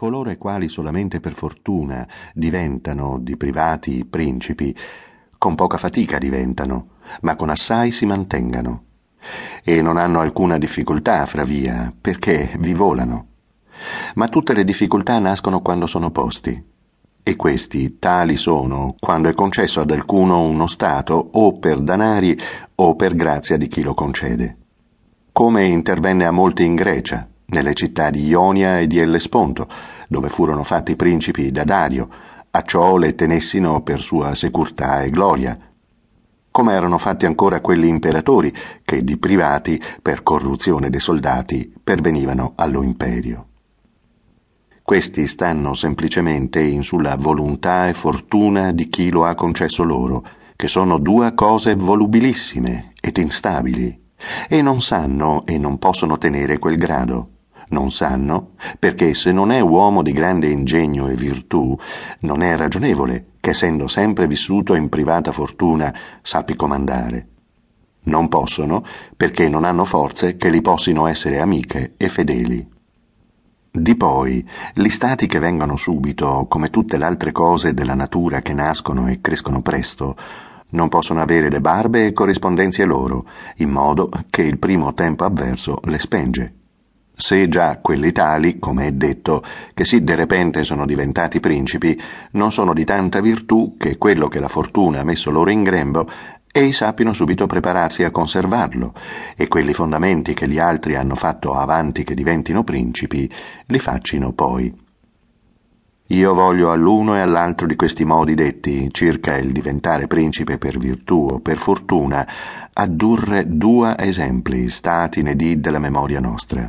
coloro i quali solamente per fortuna diventano di privati principi, con poca fatica diventano, ma con assai si mantengano, e non hanno alcuna difficoltà fra via, perché vi volano. Ma tutte le difficoltà nascono quando sono posti, e questi tali sono quando è concesso ad alcuno uno stato o per danari o per grazia di chi lo concede. Come intervenne a molti in Grecia, nelle città di Ionia e di Ellesponto, dove furono fatti principi da Dario, acciò le tenessino per sua securtà e gloria. Come erano fatti ancora quelli imperatori che di privati, per corruzione dei soldati, pervenivano allo imperio. Questi stanno semplicemente in sulla volontà e fortuna di chi lo ha concesso loro, che sono due cose volubilissime ed instabili, e non sanno e non possono tenere quel grado. Non sanno perché se non è uomo di grande ingegno e virtù, non è ragionevole che essendo sempre vissuto in privata fortuna sappi comandare. Non possono perché non hanno forze che li possino essere amiche e fedeli. Di poi, gli stati che vengono subito, come tutte le altre cose della natura che nascono e crescono presto, non possono avere le barbe e corrispondenze loro, in modo che il primo tempo avverso le spenge. Se già quelli tali, come è detto, che sì de repente sono diventati principi, non sono di tanta virtù che quello che la fortuna ha messo loro in grembo, ei sappino subito prepararsi a conservarlo, e quelli fondamenti che gli altri hanno fatto avanti che diventino principi, li faccino poi. Io voglio all'uno e all'altro di questi modi detti, circa il diventare principe per virtù o per fortuna, addurre due esempi stati ne dì della memoria nostra.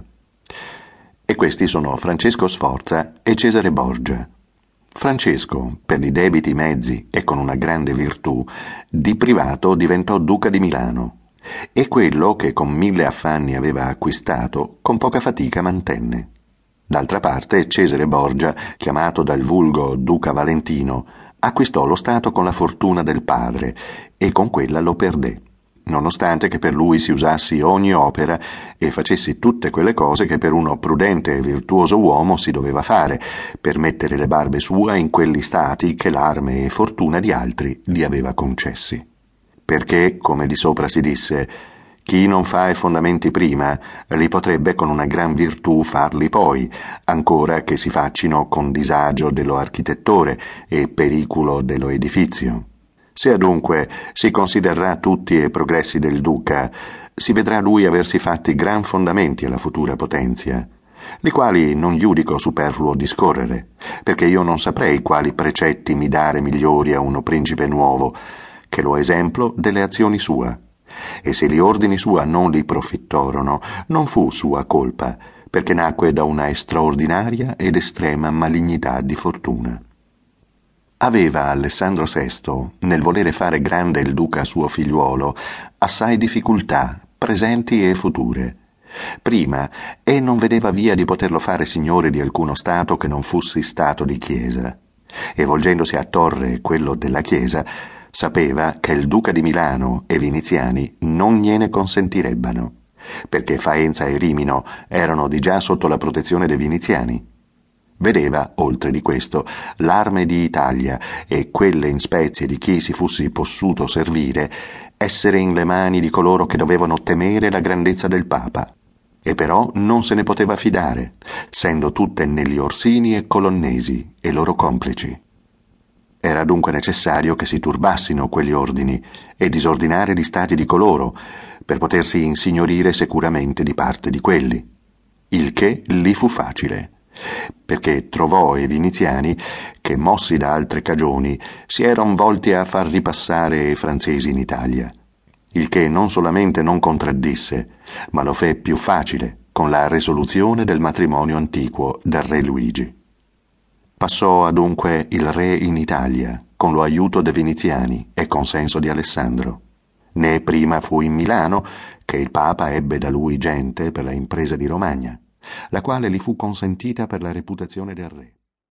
E questi sono Francesco Sforza e Cesare Borgia. Francesco, per i debiti mezzi e con una grande virtù, di privato diventò duca di Milano, e quello che con 1000 affanni aveva acquistato, con poca fatica mantenne. D'altra parte, Cesare Borgia, chiamato dal vulgo duca Valentino, acquistò lo stato con la fortuna del padre e con quella lo perdé, nonostante che per lui si usassi ogni opera e facessi tutte quelle cose che per uno prudente e virtuoso uomo si doveva fare, per mettere le barbe sua in quelli stati che l'arme e fortuna di altri gli aveva concessi. Perché, come di sopra si disse, chi non fa i fondamenti prima, li potrebbe con una gran virtù farli poi, ancora che si faccino con disagio dello architettore e periculo dello edifizio. Se adunque si considererà tutti i progressi del duca, si vedrà lui aversi fatti gran fondamenti alla futura potenzia, li quali non giudico superfluo discorrere, perché io non saprei quali precetti mi dare migliori a uno principe nuovo, che lo esemplo delle azioni sua. E se gli ordini sua non li profittorono, non fu sua colpa, perché nacque da una straordinaria ed estrema malignità di fortuna. Aveva Alessandro VI, nel volere fare grande il duca suo figliuolo, assai difficoltà, presenti e future. Prima, e non vedeva via di poterlo fare signore di alcuno stato che non fossi stato di chiesa, e volgendosi a Torre, quello della chiesa, sapeva che il duca di Milano e Viniziani non gliene consentirebbano, perché Faenza e Rimino erano di già sotto la protezione dei Viniziani. Vedeva, oltre di questo, l'arme di Italia e quelle in spezie di chi si fossi possuto servire essere in le mani di coloro che dovevano temere la grandezza del Papa, e però non se ne poteva fidare, essendo tutte negli Orsini e Colonnesi e loro complici. Era dunque necessario che si turbassino quegli ordini e disordinare gli stati di coloro, per potersi insignorire sicuramente di parte di quelli, il che li fu facile, perché trovò i Viniziani che, mossi da altre cagioni, si eran volti a far ripassare i francesi in Italia, il che non solamente non contraddisse, ma lo fe più facile con la risoluzione del matrimonio antiquo del re Luigi. Passò adunque il re in Italia, con lo aiuto dei Viniziani e consenso di Alessandro. Né prima fu in Milano, che il Papa ebbe da lui gente per la impresa di Romagna, la quale gli fu consentita per la reputazione del re.